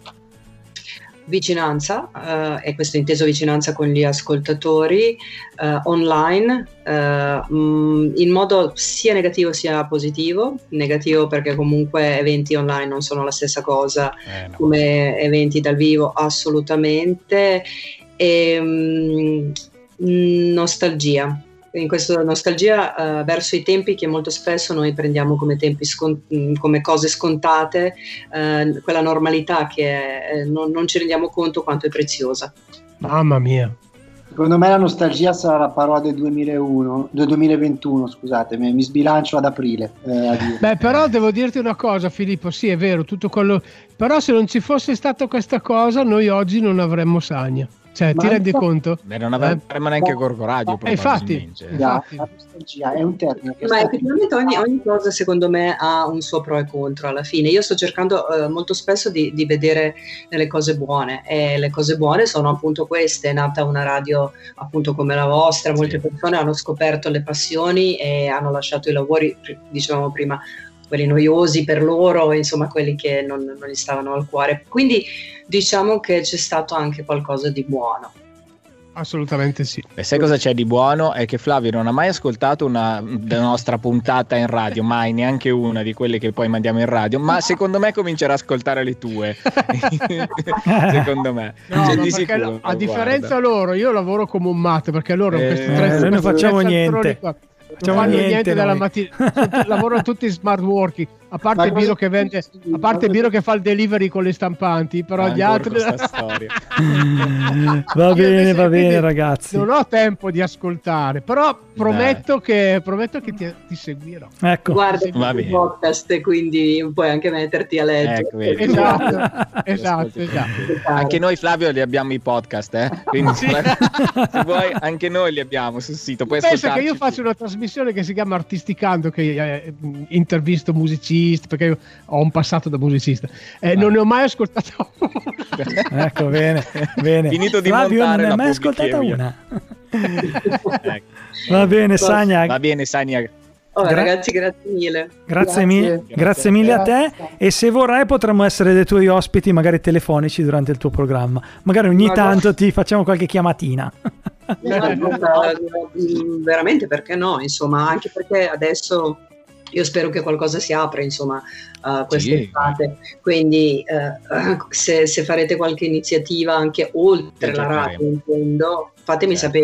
Vicinanza, eh, e questo inteso vicinanza con gli ascoltatori, eh, online, eh, mh, in modo sia negativo sia positivo. Negativo perché comunque eventi online non sono la stessa cosa Eh, no. come eventi dal vivo, assolutamente. E mh, nostalgia. In questa nostalgia uh, verso i tempi che molto spesso noi prendiamo come tempi scont- come cose scontate, uh, quella normalità che è, non, non ci rendiamo conto quanto è preziosa. Mamma mia. Secondo me la nostalgia sarà la parola del duemilauno, del duemilaventuno, scusate, mi sbilancio ad aprile. Eh, a dire. Beh, però devo dirti una cosa, Filippo, sì, è vero, tutto quello. Però se non ci fosse stata questa cosa, noi oggi non avremmo Sagna. Cioè, Ma ti rendi infatti- conto? Beh, non avremmo neanche Gorgo Radio, Eh, infatti. probabilmente. La, infatti. la nostalgia è un termine che Ma sta- effettivamente ogni, ogni cosa secondo me ha un suo pro e contro alla fine. Io sto cercando eh, molto spesso di, di vedere le cose buone, e le cose buone sono appunto queste. È nata una radio appunto come la vostra, molte Sì. persone hanno scoperto le passioni e hanno lasciato i lavori, dicevamo prima, quelli noiosi per loro, insomma quelli che non, non gli stavano al cuore. Quindi diciamo che c'è stato anche qualcosa di buono. Assolutamente sì. E sai cosa c'è di buono? È che Flavio non ha mai ascoltato una della nostra puntata in radio, mai, neanche una di quelle che poi mandiamo in radio, ma secondo me comincerà a ascoltare le tue. Secondo me. No, Cioè, ma di perché sicuro, a guarda. differenza loro, io lavoro come un matto, perché loro Eh, questi eh, tre noi non questi facciamo tre niente. cialtroni qua Facciamo non fanno niente niente dalla noi. mattina, lavorano tutti in smart working, a parte Ma il Biro cosa- che vende, a parte il Biro che fa il delivery con le stampanti, però gli Ancora altri questa storia. Va Io bene, invece, va bene, quindi, ragazzi. non ho tempo di ascoltare, però prometto che prometto che ti, ti seguirò. Ecco. Guarda Va il bene. podcast e quindi puoi anche metterti a leggere. Ecco, vedi. Esatto, esatto, Ascolti esatto. tutti. Anche noi, Flavio, li abbiamo i podcast, eh? Quindi Sì. se vuoi, anche noi li abbiamo sul sito. Puoi Pensa che ascoltarci io faccio una trasmissione che si chiama Artisticando, che eh, intervisto musicisti, perché io ho un passato da musicista, e Ah. non ne ho mai ascoltato Ecco, bene, bene. Finito di Flavio montare non ne la hai mai ascoltata pubblichi una. Ecco. Va bene, Sagna. Va bene, Sania. Oh, Gra- ragazzi, grazie mille. Grazie, mille, Grazie. grazie mille a te. Grazie. E se vorrai potremmo essere dei tuoi ospiti, magari telefonici, durante il tuo programma. Magari ogni Ma tanto ti facciamo qualche chiamatina. No, guarda, mm, veramente perché no, insomma, anche perché adesso io spero che qualcosa si apra, insomma, uh, quest'estate, quindi uh, se, se farete qualche iniziativa anche oltre Lo la radio, cercheremo. intendo, fatemi Certo. sapere.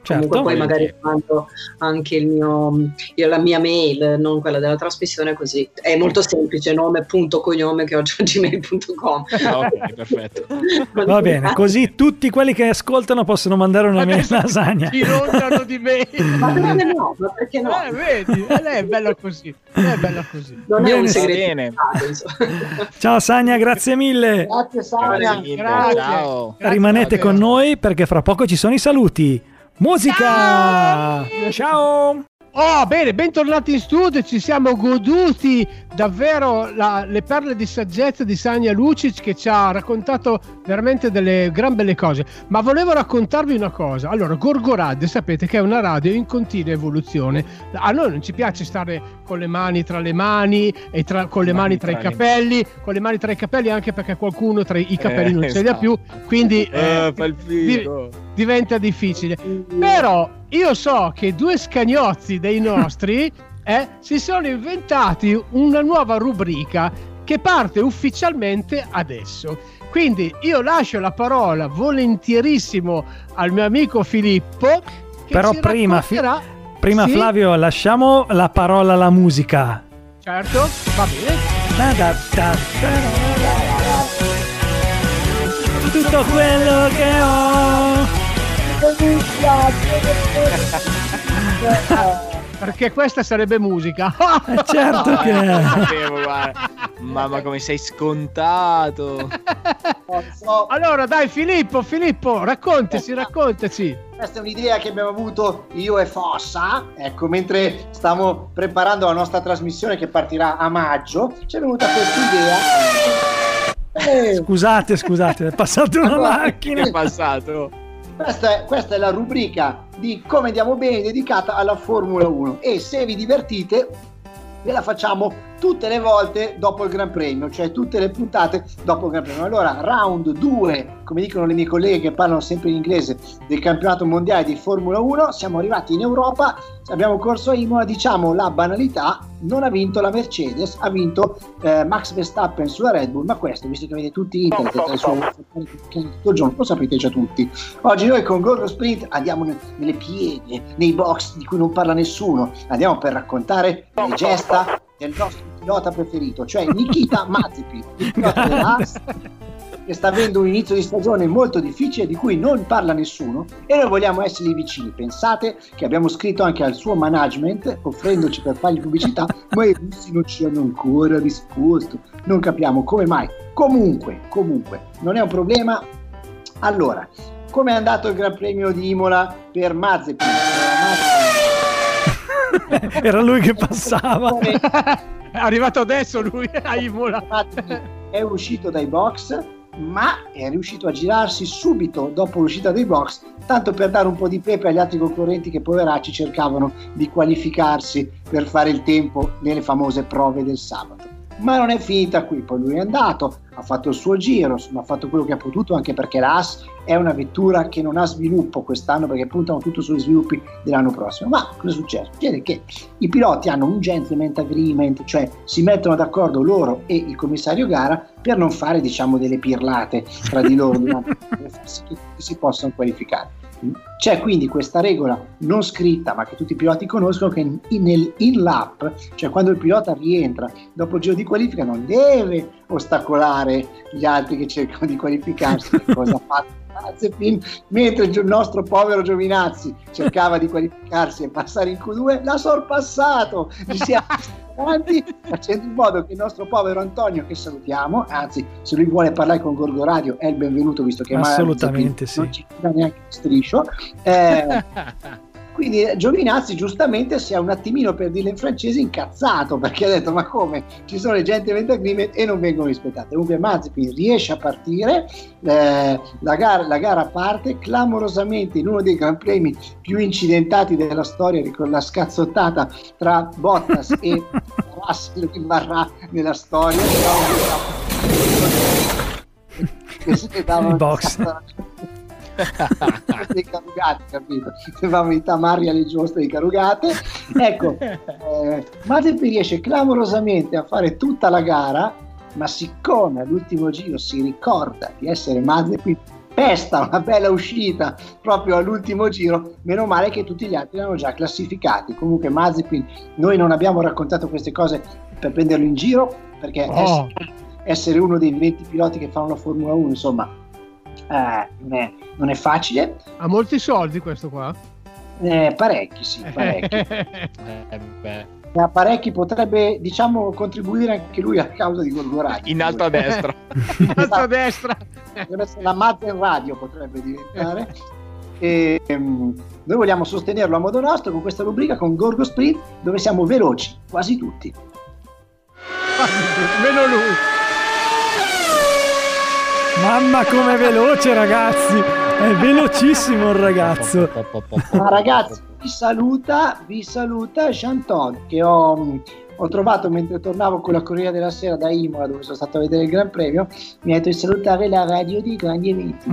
Certo. Comunque poi magari mando anche il mio, io, la mia mail, non quella della trasmissione, così è molto semplice, nome punto cognome chiocciola gmail punto com. Ah, ok, perfetto. Va bene, così tutti quelli che ascoltano possono mandare una mail a Sania. Ci inondano di mail. Ma perché no? Ma perché no? Eh, vedi, eh, lei è bella così, lei è bella così. Non Bene, è un segreto. bene. Ciao Sania, grazie mille. Grazie Sania. Grazie. Grazie. Ciao. Grazie. Rimanete Grazie. con noi perché fra poco ci sono i saluti. Musica! Ciao! Oh, bene, bentornati in studio, ci siamo goduti davvero la- le perle di saggezza di Sania Lucic, che ci ha raccontato veramente delle gran belle cose. Ma volevo raccontarvi una cosa. Allora, Gorgoradio, sapete che è una radio in continua evoluzione. A noi non ci piace stare con le mani tra le mani e tra- con le mani, Mani tra i tra le- capelli, con le mani tra i capelli, anche perché qualcuno tra i capelli Eh, non ce li ha esatto. più, quindi Eh, eh, fa il di- figo. diventa difficile. Però io so che due scagnozzi dei nostri eh, si sono inventati una nuova rubrica che parte ufficialmente adesso. Quindi io lascio la parola volentierissimo al mio amico Filippo, che Però ci prima, Fi- racconterà- Prima Sì? Flavio, lasciamo la parola alla musica. Certo, va bene. Da da da da. Tutto quello che ho. Perché questa sarebbe musica. Eh, certo che Sapevo, guarda. Mamma come sei scontato. Non so, Allora dai Filippo, Filippo, raccontaci, raccontaci. questa è un'idea che abbiamo avuto io e Fossa, ecco, mentre stiamo preparando la nostra trasmissione che partirà a maggio, ci è venuta questa idea. Eh, Scusate, scusate, è passata una macchina. Che è passato? Questa è, questa è la rubrica di Come Andiamo Bene dedicata alla Formula uno e se vi divertite ve la facciamo tutte le volte dopo il Gran Premio, cioè tutte le puntate dopo il Gran Premio. Allora, round due, come dicono le mie colleghe che parlano sempre in inglese, del campionato mondiale di Formula uno, siamo arrivati in Europa, abbiamo corso a Imola, diciamo la banalità, non ha vinto la Mercedes, ha vinto eh, Max Verstappen sulla Red Bull, ma questo, visto che avete tutti internet e il suo tutto il giorno, lo sapete già tutti. Oggi noi con Gorgo Sprint andiamo ne- nelle pieghe, nei box di cui non parla nessuno, andiamo per raccontare le gesta del nostro pilota preferito, cioè Nikita Mazepin, il pilota dell'Haas, che sta avendo un inizio di stagione molto difficile di cui non parla nessuno e noi vogliamo essergli vicini. Pensate che abbiamo scritto anche al suo management offrendoci per fargli pubblicità, ma i russi non ci hanno ancora risposto, non capiamo come mai. Comunque, comunque, non è un problema. Allora, come è andato il Gran Premio di Imola per Mazepin? Era lui che passava. È arrivato adesso lui a Imola. Mazepin è uscito dai box, ma è riuscito a girarsi subito dopo l'uscita dai box, tanto per dare un po' di pepe agli altri concorrenti che poveracci cercavano di qualificarsi per fare il tempo nelle famose prove del sabato. Ma non è finita qui, poi lui è andato, ha fatto il suo giro, insomma, ha fatto quello che ha potuto, anche perché la Haas è una vettura che non ha sviluppo quest'anno perché puntano tutto sugli sviluppi dell'anno prossimo. Ma cosa succede? Succede che i piloti hanno un gentleman agreement, cioè si mettono d'accordo loro e il commissario gara per non fare, diciamo, delle pirlate tra di loro durante le fasi che si possano qualificare. C'è quindi questa regola non scritta ma che tutti i piloti conoscono, che in, nel in lap, cioè quando il pilota rientra dopo il giro di qualifica, non deve ostacolare gli altri che cercano di qualificarsi. Che cosa ha fatto Mazepin? Mentre il nostro povero Giovinazzi cercava di qualificarsi e passare in Q due, l'ha sorpassato, gli si è avanti, facendo in modo che il nostro povero Antonio, che salutiamo, anzi se lui vuole parlare con Gorgo Radio è il benvenuto, visto che assolutamente Mazepin sì, non ci tira neanche il striscio. eh, quindi Giovinazzi giustamente si è un attimino, per dirlo in francese, incazzato, perché ha detto ma come ci sono le gentleman agreement e non vengono rispettate. Comunque Mazepin riesce a partire, eh, la, gara, la gara parte clamorosamente in uno dei gran premi più incidentati della storia, con la scazzottata tra Bottas e Russell che varrà nella storia. il box. Dei carugati, capito? Sembrava i tamari alle giostre dei carugate. Ecco, eh, Mazepin riesce clamorosamente a fare tutta la gara, ma siccome all'ultimo giro si ricorda di essere Mazepin, festa, una bella uscita proprio all'ultimo giro. Meno male che tutti gli altri erano già classificati. Comunque Mazepin, noi non abbiamo raccontato queste cose per prenderlo in giro, perché Oh. essere, essere uno dei venti piloti che fanno la Formula uno, insomma, eh, non, è, non è facile. Ha molti soldi questo qua? Eh, parecchi, sì, parecchi. Eh, beh. Ne ha parecchi, potrebbe, diciamo, contribuire anche lui a causa di Gorgo Radio. In alto a destra. In alto a destra. Potrebbe essere la Mazen Radio, potrebbe diventare. E, um, noi vogliamo sostenerlo a modo nostro con questa rubrica, con Gorgo Sprint, dove siamo veloci, quasi tutti. Meno lui. Mamma com'è veloce, ragazzi, è velocissimo il ragazzo. Ma ragazzi, vi saluta, vi saluta Chanton, che ho, ho trovato mentre tornavo con la Corriere della Sera da Imola, dove sono stato a vedere il Gran Premio. Mi ha detto di salutare la radio di grandi eventi.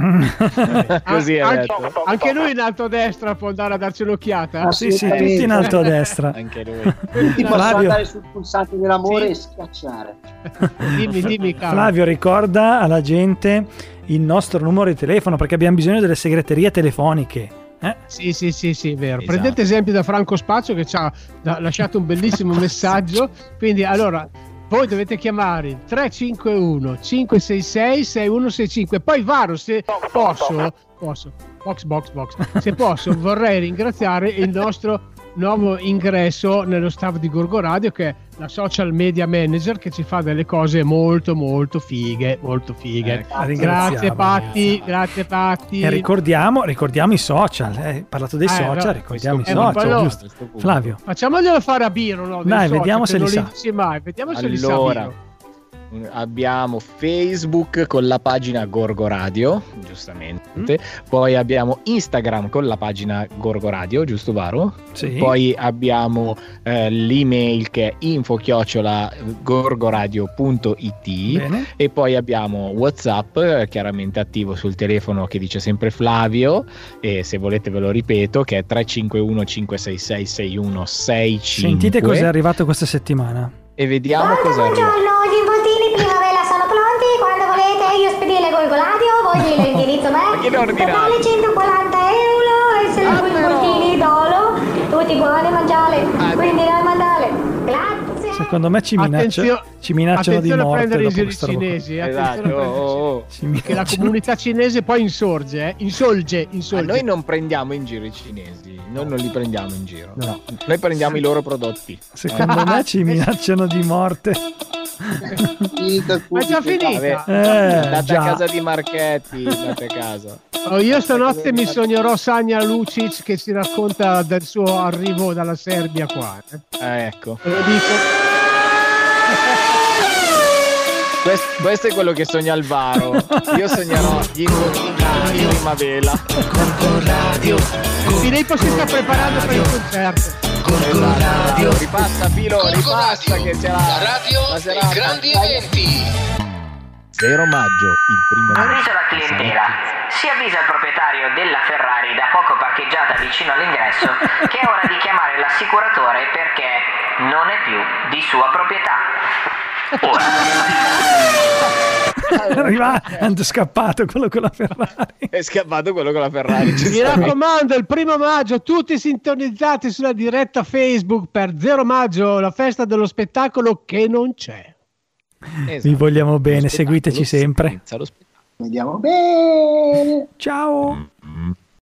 Così è anche, detto. anche lui in alto a destra può andare a darci un'occhiata. Ah, Sì, sì, tutti in alto a destra. Anche lui. Quindi posso Flavio. andare sul pulsante dell'amore Sì. e schiacciare. Dimmi, dimmi, caro. Flavio, ricorda alla gente il nostro numero di telefono, perché abbiamo bisogno delle segreterie telefoniche. Eh? Sì, sì, sì, sì, vero. Esatto. Prendete esempio da Franco Spazio che ci ha da- lasciato un bellissimo messaggio. Quindi, allora, voi dovete chiamare il tre cinque uno cinque sei sei sei uno sei cinque. Poi, Varo, se posso, posso, box, box, box, se posso, vorrei ringraziare il nostro nuovo ingresso nello staff di Gorgo Radio, che è la social media manager, che ci fa delle cose molto molto fighe, molto fighe. Ecco. La ringraziamo, Grazie Patti, ragazzi. grazie Patti. E ricordiamo, ricordiamo i social, eh, hai parlato dei Ah, social, no, ricordiamo i questo- eh, social, quello- giusto? Flavio. Facciamoglielo fare a Biro, no? Dei Dai, social, vediamo che se non li sa. dici mai. Vediamo se li sa Allora, Biro. abbiamo Facebook con la pagina Gorgo Radio, giustamente. Poi abbiamo Instagram con la pagina Gorgo Radio, giusto Varo? Sì. Poi abbiamo eh, l'email che è info chiocciola gorgoradio punto it. Bene. E poi abbiamo WhatsApp, eh, chiaramente attivo sul telefono, che dice sempre Flavio, e se volete ve lo ripeto, che è tre cinque uno cinque sei sei sei uno sei cinque. Sentite cos'è arrivato questa settimana. E vediamo cosa arriva. Buongiorno, gli involtini primavera sono pronti. Quando volete io spedire Gorgo Radio, voi mi l'indirizzo me. Ma chi l'ha ordinato? Totale centoquaranta euro e se Ah, le però. involtini dolo, tutti buoni a mangiare. Ah, Quindi non mandare. Grazie. Secondo me ci, minaccia, Attenzio- ci minacciano di Attenzione a morte prendere i dopo giri questa roba. cinesi. eh, Esatto, attenzione a oh, prendere- oh, oh. Ci Che la minacciano. comunità cinese poi insorge, eh? insolge, Ma insolge. noi non prendiamo in giro i cinesi, noi non li prendiamo in giro. No. Noi prendiamo i loro prodotti. Secondo me ci minacciano di morte. Finito Ma è già subito. finita. Eh, andate già. a casa di Marchetti, andate a casa. Oh, io stanotte mi sognerò Sanja Lucic che ci racconta del suo arrivo dalla Serbia qua. eh. Eh, ecco. Te lo dico. Questo, questo è quello che sogna Alvaro. Io sognerò gli indovinati in primavera. Filippo si sta preparando per il concerto. Esatto. Ripassa Filo, ripassa che c'è la, la serata. grandi eventi. zero maggio, il primo Avviso alla clientela. Si avvisa il proprietario della Ferrari da poco parcheggiata vicino all'ingresso che è ora di chiamare l'assicuratore perché non è più di sua proprietà. Ora. Arriva, è scappato quello con la Ferrari. È scappato quello con la Ferrari. Mi raccomando, il primo maggio tutti sintonizzati sulla diretta Facebook per zero maggio, la festa dello spettacolo che non c'è. Esatto. Vi vogliamo bene, Lo seguiteci spettacolo sempre. senza lo spettacolo. Vediamo bene. Ciao. Mm.